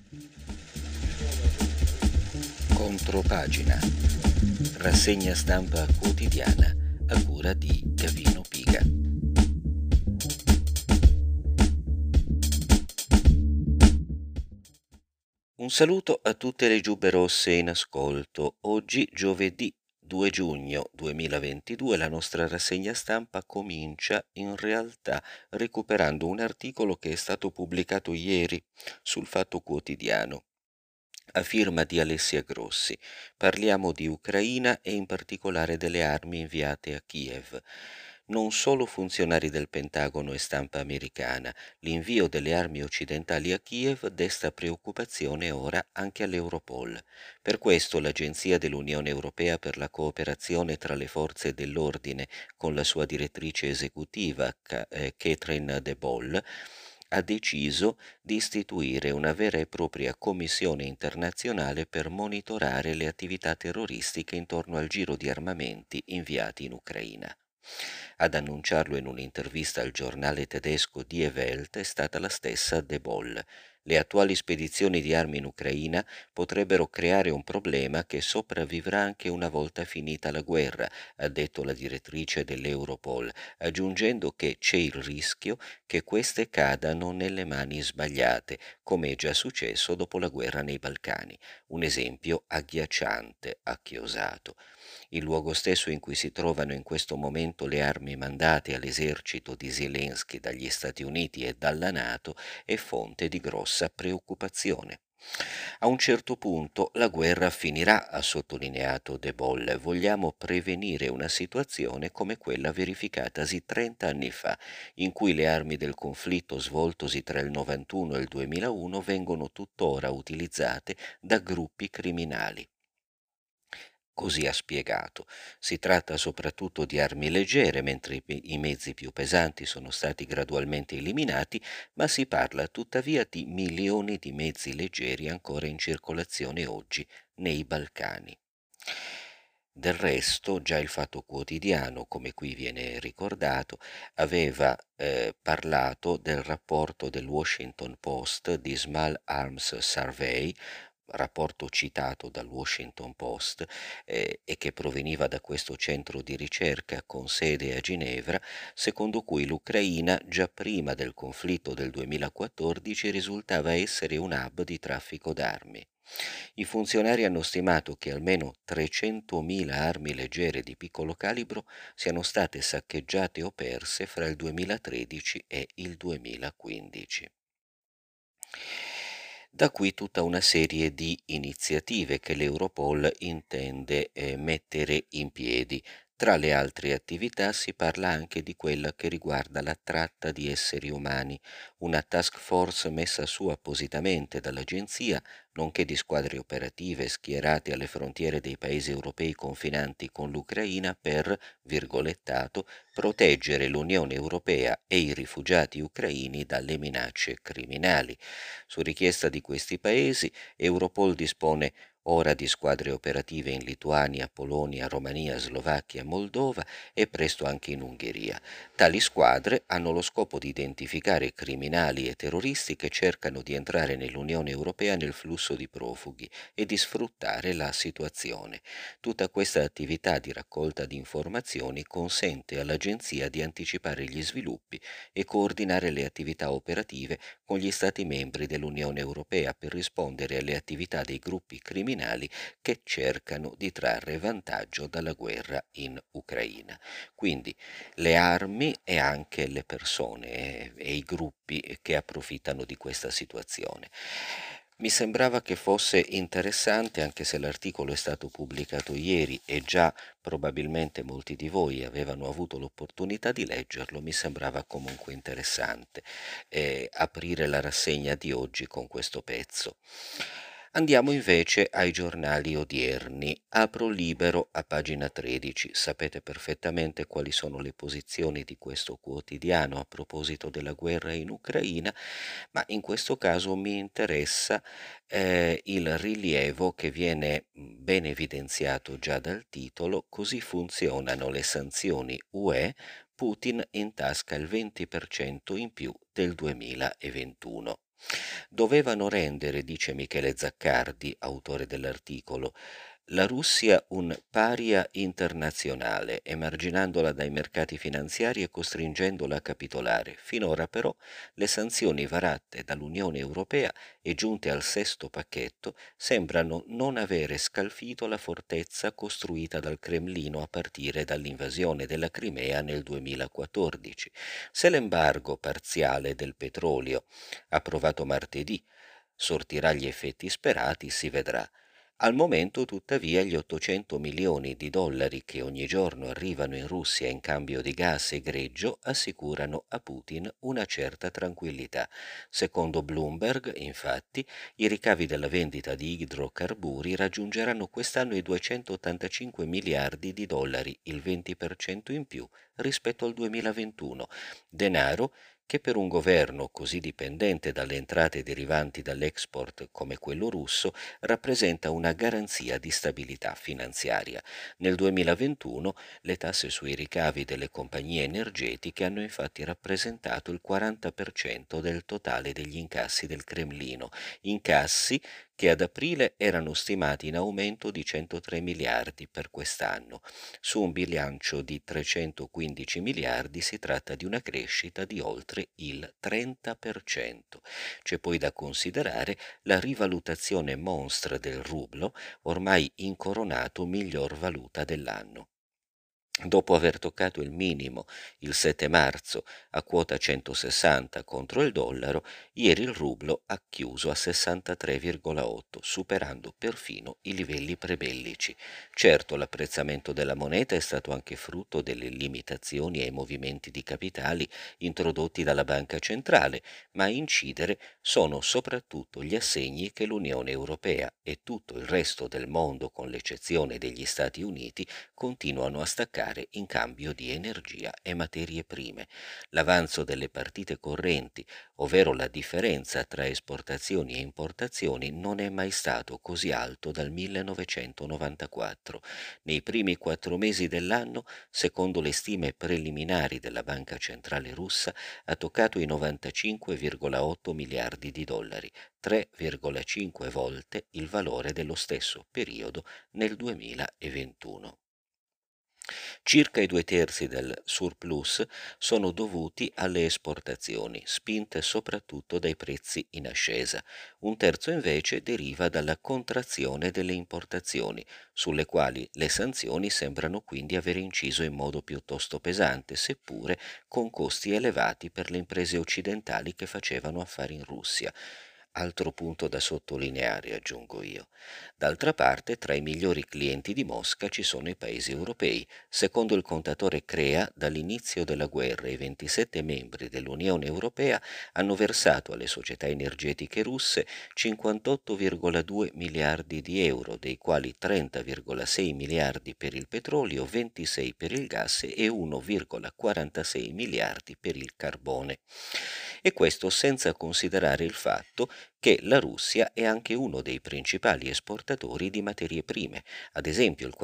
Contropagina, rassegna stampa quotidiana a cura di Gavino Piga. Un saluto a tutte le giubbe rosse in ascolto. Oggi, giovedì 2 giugno 2022, la nostra rassegna stampa comincia in realtà recuperando un articolo che è stato pubblicato ieri sul Fatto Quotidiano a firma di Alessia Grossi. Parliamo di Ucraina e in particolare delle armi inviate a Kiev. Non solo funzionari del Pentagono e stampa americana, l'invio delle armi occidentali a Kiev desta preoccupazione ora anche all'Europol. Per questo l'Agenzia dell'Unione Europea per la cooperazione tra le forze dell'ordine, con la sua direttrice esecutiva Catherine De Boll, ha deciso di istituire una vera e propria commissione internazionale per monitorare le attività terroristiche intorno al giro di armamenti inviati in Ucraina. Ad annunciarlo in un'intervista al giornale tedesco Die Welt è stata la stessa De Boll. Le attuali spedizioni di armi in Ucraina potrebbero creare un problema che sopravvivrà anche una volta finita la guerra, ha detto la direttrice dell'Europol, aggiungendo che c'è il rischio che queste cadano nelle mani sbagliate, come è già successo dopo la guerra nei Balcani. Un esempio agghiacciante, ha chiosato. Il luogo stesso in cui si trovano in questo momento le armi mandate all'esercito di Zelensky dagli Stati Uniti e dalla NATO è fonte di grossa preoccupazione. A un certo punto la guerra finirà, ha sottolineato De Boll. Vogliamo prevenire una situazione come quella verificatasi 30 anni fa, in cui le armi del conflitto svoltosi tra il 91 e il 2001 vengono tuttora utilizzate da gruppi criminali. Così ha spiegato. Si tratta soprattutto di armi leggere, mentre i mezzi più pesanti sono stati gradualmente eliminati, ma si parla tuttavia di milioni di mezzi leggeri ancora in circolazione oggi nei Balcani. Del resto, già il Fatto Quotidiano, come qui viene ricordato, aveva parlato del rapporto del Washington Post di Small Arms Survey, rapporto citato dal Washington Post e che proveniva da questo centro di ricerca con sede a Ginevra, secondo cui l'Ucraina già prima del conflitto del 2014 risultava essere un hub di traffico d'armi. I funzionari hanno stimato che almeno 300.000 armi leggere di piccolo calibro siano state saccheggiate o perse fra il 2013 e il 2015. Da qui tutta una serie di iniziative che l'Europol intende mettere in piedi. Tra le altre attività si parla anche di quella che riguarda la tratta di esseri umani, una task force messa su appositamente dall'agenzia, nonché di squadre operative schierate alle frontiere dei paesi europei confinanti con l'Ucraina per, virgolettato, proteggere l'Unione Europea e i rifugiati ucraini dalle minacce criminali. Su richiesta di questi paesi, Europol dispone ora di squadre operative in Lituania, Polonia, Romania, Slovacchia, Moldova e presto anche in Ungheria. Tali squadre hanno lo scopo di identificare criminali e terroristi che cercano di entrare nell'Unione Europea nel flusso di profughi e di sfruttare la situazione. Tutta questa attività di raccolta di informazioni consente all'Agenzia di anticipare gli sviluppi e coordinare le attività operative con gli Stati membri dell'Unione Europea per rispondere alle attività dei gruppi criminali che cercano di trarre vantaggio dalla guerra in Ucraina. Quindi le armi e anche le persone e i gruppi che approfittano di questa situazione. Mi sembrava che fosse interessante, anche se l'articolo è stato pubblicato ieri e già probabilmente molti di voi avevano avuto l'opportunità di leggerlo, mi sembrava comunque interessante aprire la rassegna di oggi con questo pezzo. Andiamo invece ai giornali odierni. Apro Libero a pagina 13. Sapete perfettamente quali sono le posizioni di questo quotidiano a proposito della guerra in Ucraina, ma in questo caso mi interessa il rilievo che viene ben evidenziato già dal titolo: così funzionano le sanzioni UE Putin in tasca il 20% in più del 2021. Dovevano rendere, dice Michele Zaccardi, autore dell'articolo, la Russia un paria internazionale, emarginandola dai mercati finanziari e costringendola a capitolare. Finora però le sanzioni varate dall'Unione Europea e giunte al sesto pacchetto sembrano non avere scalfito la fortezza costruita dal Cremlino a partire dall'invasione della Crimea nel 2014. Se l'embargo parziale del petrolio, approvato martedì, sortirà gli effetti sperati, si vedrà. Al momento, tuttavia, gli 800 milioni di dollari che ogni giorno arrivano in Russia in cambio di gas e greggio assicurano a Putin una certa tranquillità. Secondo Bloomberg, infatti, i ricavi della vendita di idrocarburi raggiungeranno quest'anno i 285 miliardi di dollari, il 20% in più rispetto al 2021, denaro che per un governo così dipendente dalle entrate derivanti dall'export come quello russo rappresenta una garanzia di stabilità finanziaria. Nel 2021 le tasse sui ricavi delle compagnie energetiche hanno infatti rappresentato il 40% del totale degli incassi del Cremlino, incassi che ad aprile erano stimati in aumento di 103 miliardi per quest'anno. Su un bilancio di 315 miliardi si tratta di una crescita di oltre il 30%. C'è poi da considerare la rivalutazione monstra del rublo, ormai incoronato miglior valuta dell'anno. Dopo aver toccato il minimo il 7 marzo a quota 160 contro il dollaro, ieri il rublo ha chiuso a 63,8, superando perfino i livelli prebellici. Certo, l'apprezzamento della moneta è stato anche frutto delle limitazioni ai movimenti di capitali introdotti dalla Banca Centrale, ma a incidere sono soprattutto gli assegni che l'Unione Europea e tutto il resto del mondo, con l'eccezione degli Stati Uniti, continuano a staccare in cambio di energia e materie prime. L'avanzo delle partite correnti, ovvero la differenza tra esportazioni e importazioni, non è mai stato così alto dal 1994. Nei primi 4 mesi dell'anno, secondo le stime preliminari della Banca Centrale russa, ha toccato i 95,8 miliardi di dollari, 3,5 volte il valore dello stesso periodo nel 2021. Circa i 2/3 del surplus sono dovuti alle esportazioni, spinte soprattutto dai prezzi in ascesa. Un terzo invece deriva dalla contrazione delle importazioni, sulle quali le sanzioni sembrano quindi aver inciso in modo piuttosto pesante, seppure con costi elevati per le imprese occidentali che facevano affari in Russia. Altro punto da sottolineare, aggiungo io. D'altra parte, tra i migliori clienti di Mosca ci sono i paesi europei. Secondo il contatore CREA, dall'inizio della guerra i 27 membri dell'Unione Europea hanno versato alle società energetiche russe 58,2 miliardi di euro, dei quali 30,6 miliardi per il petrolio, 26 per il gas e 1,46 miliardi per il carbone. E questo senza considerare il fatto che la Russia è anche uno dei principali esportatori di materie prime. Ad esempio, il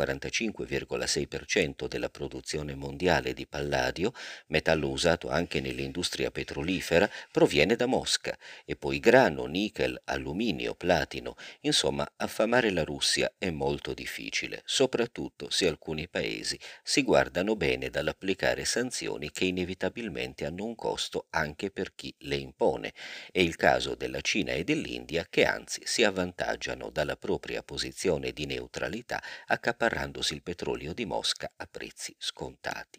45,6% della produzione mondiale di palladio, metallo usato anche nell'industria petrolifera, proviene da Mosca, e poi grano, nickel, alluminio, platino. Insomma, affamare la Russia è molto difficile, soprattutto se alcuni paesi si guardano bene dall'applicare sanzioni che inevitabilmente hanno un costo anche per chi le impone. È il caso della Cina e dell'India, che anzi si avvantaggiano dalla propria posizione di neutralità accaparrandosi il petrolio di Mosca a prezzi scontati.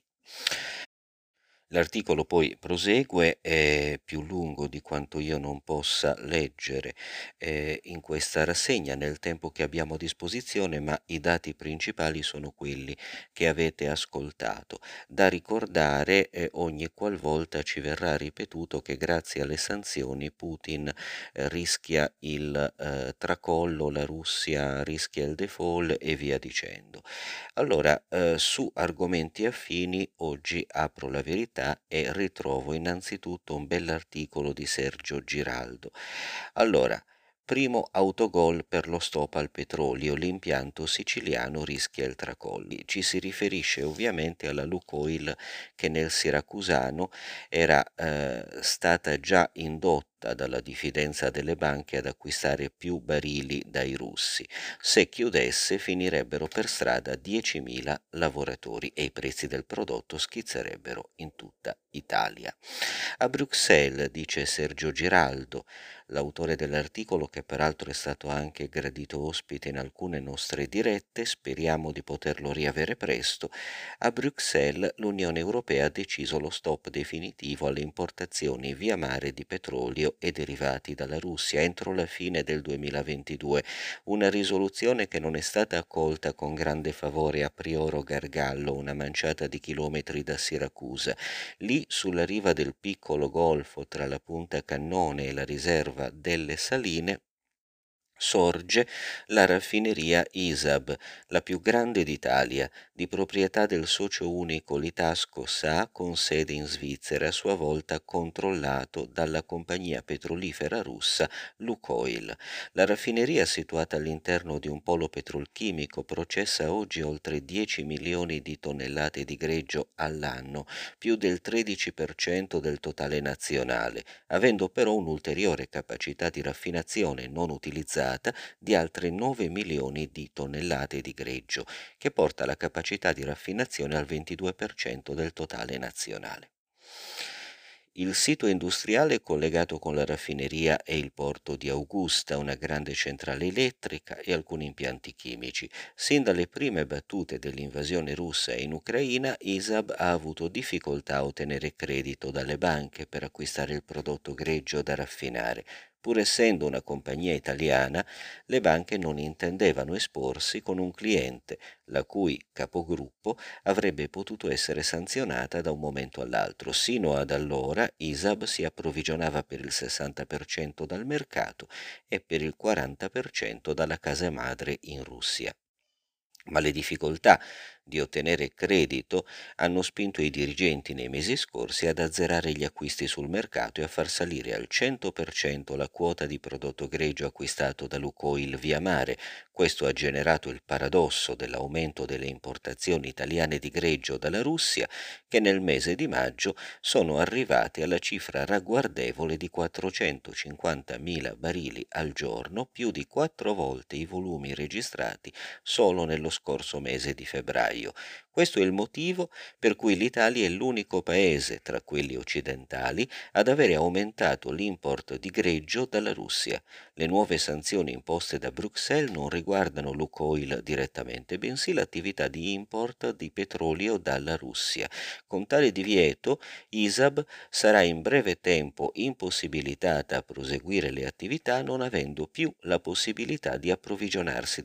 L'articolo poi prosegue, è più lungo di quanto io non possa leggere in questa rassegna nel tempo che abbiamo a disposizione, ma i dati principali sono quelli che avete ascoltato. Da ricordare ogni qualvolta ci verrà ripetuto che grazie alle sanzioni Putin rischia il tracollo, la Russia rischia il default e via dicendo. Allora, su argomenti affini oggi apro la verità e ritrovo innanzitutto un bell'articolo di Sergio Giraldo. Allora, Primo autogol per lo stop al petrolio, l'impianto siciliano rischia il tracolli. Ci si riferisce ovviamente alla Lukoil che nel siracusano era stata già indotta dalla diffidenza delle banche ad acquistare più barili dai russi. Se chiudesse finirebbero per strada 10.000 lavoratori e i prezzi del prodotto schizzerebbero in tutta Italia. A Bruxelles, dice Sergio Giraldo, l'autore dell'articolo che peraltro è stato anche gradito ospite in alcune nostre dirette, speriamo di poterlo riavere presto, a Bruxelles l'Unione Europea ha deciso lo stop definitivo alle importazioni via mare di petrolio e derivati dalla Russia entro la fine del 2022, una risoluzione che non è stata accolta con grande favore a Prioro Gargallo, una manciata di chilometri da Siracusa. Lì, sulla riva del piccolo golfo tra la Punta Cannone e la riserva delle Saline, sorge la raffineria ISAB, la più grande d'Italia, di proprietà del socio unico Litasco SA con sede in Svizzera, a sua volta controllato dalla compagnia petrolifera russa Lukoil. La raffineria, situata all'interno di un polo petrolchimico, processa oggi oltre 10 milioni di tonnellate di greggio all'anno, più del 13% del totale nazionale, avendo però un'ulteriore capacità di raffinazione non utilizzata di altre 9 milioni di tonnellate di greggio, che porta la capacità di raffinazione al 22% del totale nazionale. Il sito industriale è collegato con la raffineria e il porto di Augusta, una grande centrale elettrica e alcuni impianti chimici. Sin dalle prime battute dell'invasione russa in Ucraina, ISAB ha avuto difficoltà a ottenere credito dalle banche per acquistare il prodotto greggio da raffinare. Pur essendo una compagnia italiana, le banche non intendevano esporsi con un cliente, la cui capogruppo avrebbe potuto essere sanzionata da un momento all'altro. Sino ad allora ISAB si approvvigionava per il 60% dal mercato e per il 40% dalla casa madre in Russia. Ma le difficoltà di ottenere credito hanno spinto i dirigenti nei mesi scorsi ad azzerare gli acquisti sul mercato e a far salire al 100% la quota di prodotto greggio acquistato da Lukoil via mare. Questo ha generato il paradosso dell'aumento delle importazioni italiane di greggio dalla Russia, che nel mese di maggio sono arrivate alla cifra ragguardevole di 450.000 barili al giorno, più di 4 volte i volumi registrati solo nello scorso mese di febbraio. Questo è il motivo per cui l'Italia è l'unico paese tra quelli occidentali ad avere aumentato l'import di greggio dalla Russia. Le nuove sanzioni imposte da Bruxelles non riguardano Lukoil direttamente, bensì l'attività di import di petrolio dalla Russia. Con tale divieto, ISAB sarà in breve tempo impossibilitata a proseguire le attività, non avendo più la possibilità di approvvigionarsi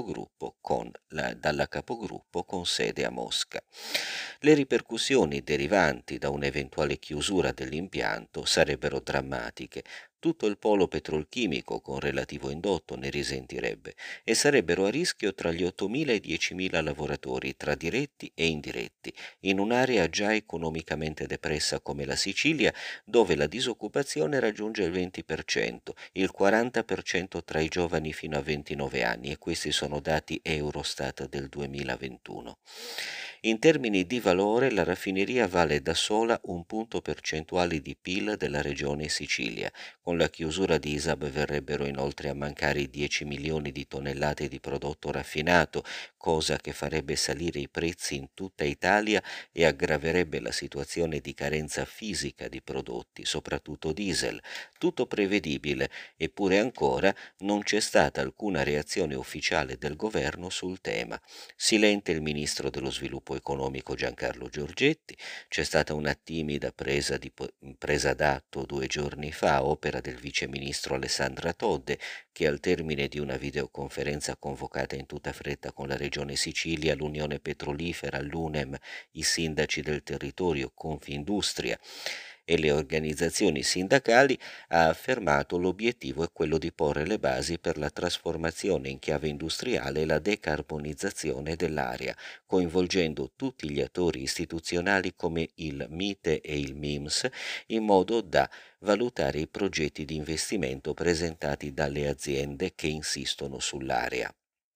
dalla capogruppo con sede a Mosca. Le ripercussioni derivanti da un'eventuale chiusura dell'impianto sarebbero drammatiche. Tutto il polo petrolchimico con relativo indotto ne risentirebbe e sarebbero a rischio tra gli 8.000 e i 10.000 lavoratori, tra diretti e indiretti, in un'area già economicamente depressa come la Sicilia, dove la disoccupazione raggiunge il 20%, il 40% tra i giovani fino a 29 anni, e questi sono dati Eurostat del 2021. In termini di valore, la raffineria vale da sola un punto percentuale di PIL della regione Sicilia. Con la chiusura di ISAB verrebbero inoltre a mancare i 10 milioni di tonnellate di prodotto raffinato, cosa che farebbe salire i prezzi in tutta Italia e aggraverebbe la situazione di carenza fisica di prodotti, soprattutto diesel. Tutto prevedibile, eppure ancora non c'è stata alcuna reazione ufficiale del governo sul tema. Silente il ministro dello sviluppo economico Giancarlo Giorgetti, c'è stata una timida presa d'atto 2 giorni fa, opera del vice ministro Alessandra Todde, che al termine di una videoconferenza convocata in tutta fretta con la Regione Sicilia, l'Unione Petrolifera, l'UNEM, i sindaci del territorio, Confindustria e le organizzazioni sindacali, ha affermato l'obiettivo è quello di porre le basi per la trasformazione in chiave industriale e la decarbonizzazione dell'area, coinvolgendo tutti gli attori istituzionali come il MITE e il MIMS, in modo da valutare i progetti di investimento presentati dalle aziende che insistono sull'area.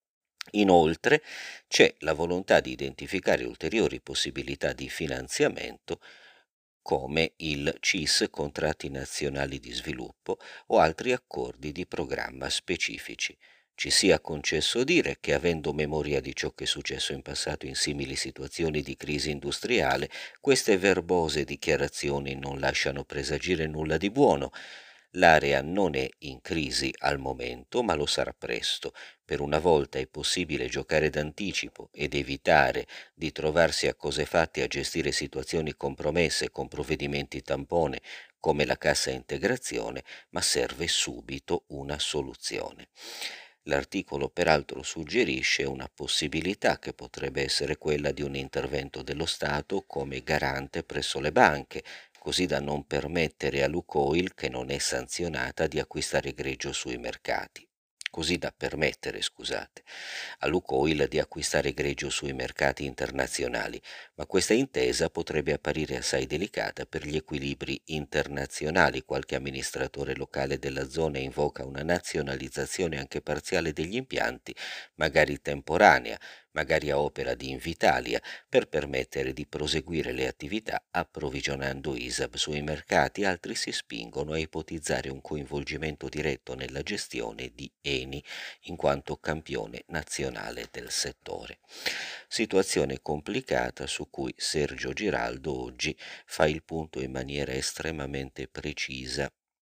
Inoltre c'è la volontà di identificare ulteriori possibilità di finanziamento come il CIS, contratti nazionali di sviluppo, o altri accordi di programma specifici. Ci sia concesso dire che, avendo memoria di ciò che è successo in passato in simili situazioni di crisi industriale, queste verbose dichiarazioni non lasciano presagire nulla di buono. L'area non è in crisi al momento, ma lo sarà presto. Per una volta è possibile giocare d'anticipo ed evitare di trovarsi a cose fatte a gestire situazioni compromesse con provvedimenti tampone come la cassa integrazione, ma serve subito una soluzione. L'articolo peraltro suggerisce una possibilità che potrebbe essere quella di un intervento dello Stato come garante presso le banche, così da non permettere a Lukoil, che non è sanzionata, di acquistare greggio sui mercati. Così da permettere, scusate, a Lukoil di acquistare greggio sui mercati internazionali, ma questa intesa potrebbe apparire assai delicata per gli equilibri internazionali. Qualche amministratore locale della zona invoca una nazionalizzazione anche parziale degli impianti, magari temporanea, magari a opera di Invitalia, per permettere di proseguire le attività approvvigionando ISAB sui mercati. Altri si spingono a ipotizzare un coinvolgimento diretto nella gestione di Eni in quanto campione nazionale del settore. Situazione complicata su cui Sergio Giraldo oggi fa il punto in maniera estremamente precisa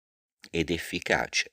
ed efficace.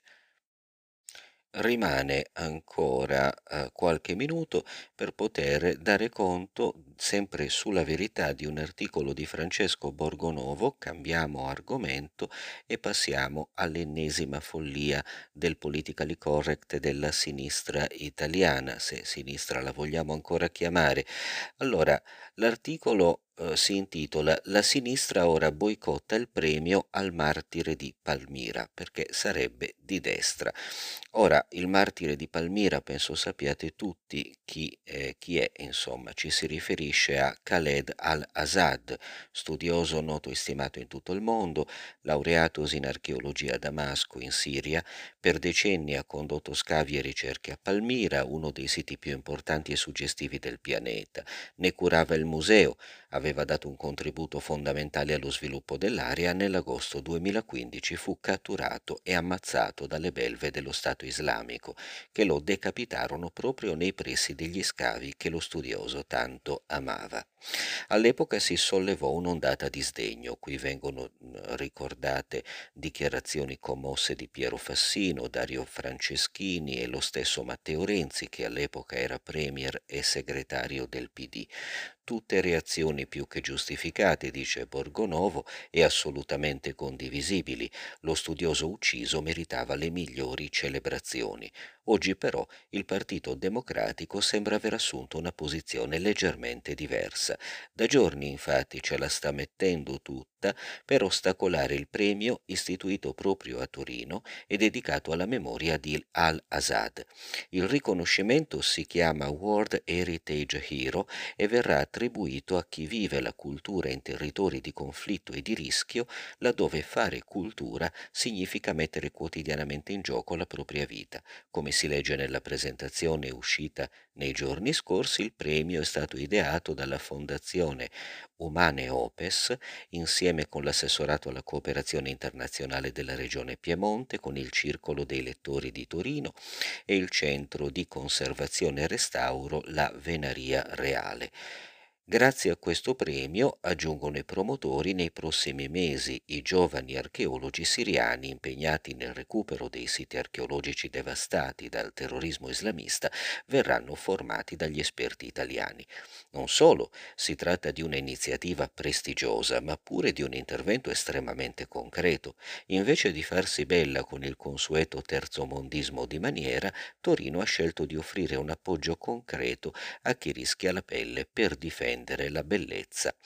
Rimane ancora qualche minuto per poter dare conto, sempre sulla verità, di un articolo di Francesco Borgonovo. Cambiamo argomento e passiamo all'ennesima follia del politically correct della sinistra italiana, se sinistra la vogliamo ancora chiamare. Allora, l'articolo si intitola "La sinistra ora boicotta il premio al martire di Palmira", perché sarebbe di destra. Ora, il martire di Palmira penso sappiate tutti chi è, insomma. Ci si riferisce a Khaled al-Assad, studioso noto e stimato in tutto il mondo, laureatosi in archeologia a Damasco, in Siria. Per decenni ha condotto scavi e ricerche a Palmira, uno dei siti più importanti e suggestivi del pianeta. Ne curava il museo, aveva dato un contributo fondamentale allo sviluppo dell'area. Nell'agosto 2015 fu catturato e ammazzato dalle belve dello Stato islamico, che lo decapitarono proprio nei pressi degli scavi che lo studioso tanto amava. All'epoca si sollevò un'ondata di sdegno. Qui vengono ricordate dichiarazioni commosse di Piero Fassino, Dario Franceschini e lo stesso Matteo Renzi, che all'epoca era premier e segretario del PD. Tutte reazioni più che giustificate, dice Borgonovo, e assolutamente condivisibili. Lo studioso ucciso meritava le migliori celebrazioni. Oggi però il Partito Democratico sembra aver assunto una posizione leggermente diversa. Da giorni infatti ce la sta mettendo tutta per ostacolare il premio istituito proprio a Torino e dedicato alla memoria di al-Assad. Il riconoscimento si chiama World Heritage Hero e verrà attribuito a chi vive la cultura in territori di conflitto e di rischio, laddove fare cultura significa mettere quotidianamente in gioco la propria vita. Come si legge nella presentazione uscita nei giorni scorsi, il premio è stato ideato dalla Fondazione Humane Opes insieme con l'assessorato alla cooperazione internazionale della Regione Piemonte, con il Circolo dei Lettori di Torino e il Centro di Conservazione e Restauro La Venaria Reale. Grazie a questo premio, aggiungono i promotori, nei prossimi mesi i giovani archeologi siriani impegnati nel recupero dei siti archeologici devastati dal terrorismo islamista verranno formati dagli esperti italiani. Non solo, si tratta di un'iniziativa prestigiosa, ma pure di un intervento estremamente concreto. Invece di farsi bella con il consueto terzomondismo di maniera, Torino ha scelto di offrire un appoggio concreto a chi rischia la pelle per difendere la bellezza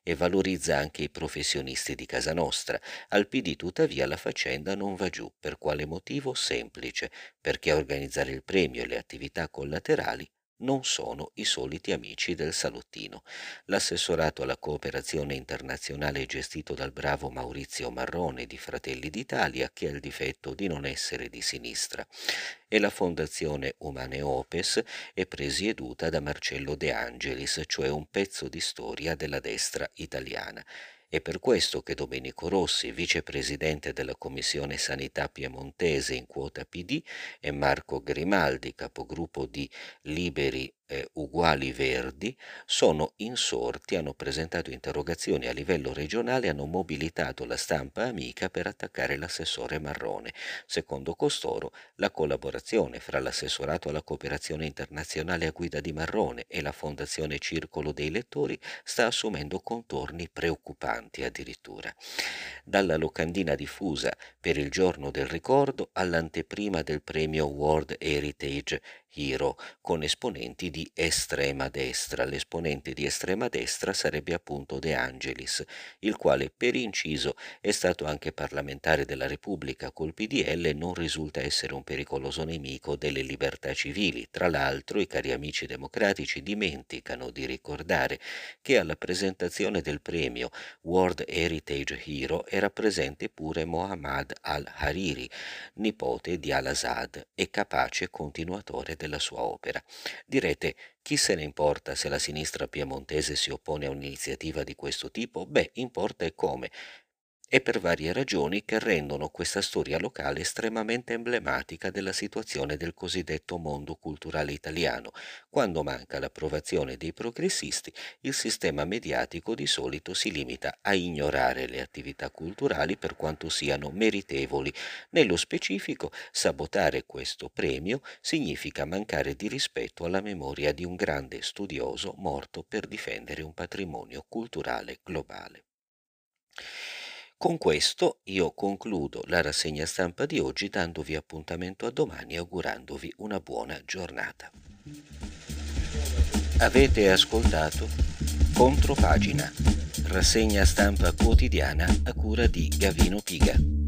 e valorizza anche i professionisti di casa nostra. Al PD tuttavia la faccenda non va giù. Per quale motivo? Semplice, perché a organizzare il premio e le attività collaterali non sono i soliti amici del salottino. L'assessorato alla cooperazione internazionale è gestito dal bravo Maurizio Marrone di Fratelli d'Italia, che ha il difetto di non essere di sinistra, e la Fondazione Humane Opes è presieduta da Marcello De Angelis, cioè un pezzo di storia della destra italiana. È per questo che Domenico Rossi, vicepresidente della Commissione Sanità piemontese in quota PD, e Marco Grimaldi, capogruppo di Liberi Uguali Verdi, sono insorti, hanno presentato interrogazioni a livello regionale, hanno mobilitato la stampa amica per attaccare l'assessore Marrone. Secondo costoro, la collaborazione fra l'assessorato alla cooperazione internazionale a guida di Marrone e la Fondazione Circolo dei Lettori sta assumendo contorni preoccupanti addirittura. Dalla locandina diffusa per il giorno del ricordo all'anteprima del premio World Heritage Hero con esponenti di estrema destra. L'esponente di estrema destra sarebbe appunto De Angelis, il quale per inciso è stato anche parlamentare della Repubblica col PDL e non risulta essere un pericoloso nemico delle libertà civili. Tra l'altro i cari amici democratici dimenticano di ricordare che alla presentazione del premio World Heritage Hero era presente pure Mohammad al-Hariri, nipote di al-Assad e capace continuatore della sua opera. Direte, chi se ne importa se la sinistra piemontese si oppone a un'iniziativa di questo tipo? Beh, importa e come. E per varie ragioni che rendono questa storia locale estremamente emblematica della situazione del cosiddetto mondo culturale italiano. Quando manca l'approvazione dei progressisti, il sistema mediatico di solito si limita a ignorare le attività culturali per quanto siano meritevoli. Nello specifico, sabotare questo premio significa mancare di rispetto alla memoria di un grande studioso morto per difendere un patrimonio culturale globale. Con questo io concludo la rassegna stampa di oggi dandovi appuntamento a domani e augurandovi una buona giornata. Avete ascoltato Contropagina, rassegna stampa quotidiana a cura di Gavino Piga.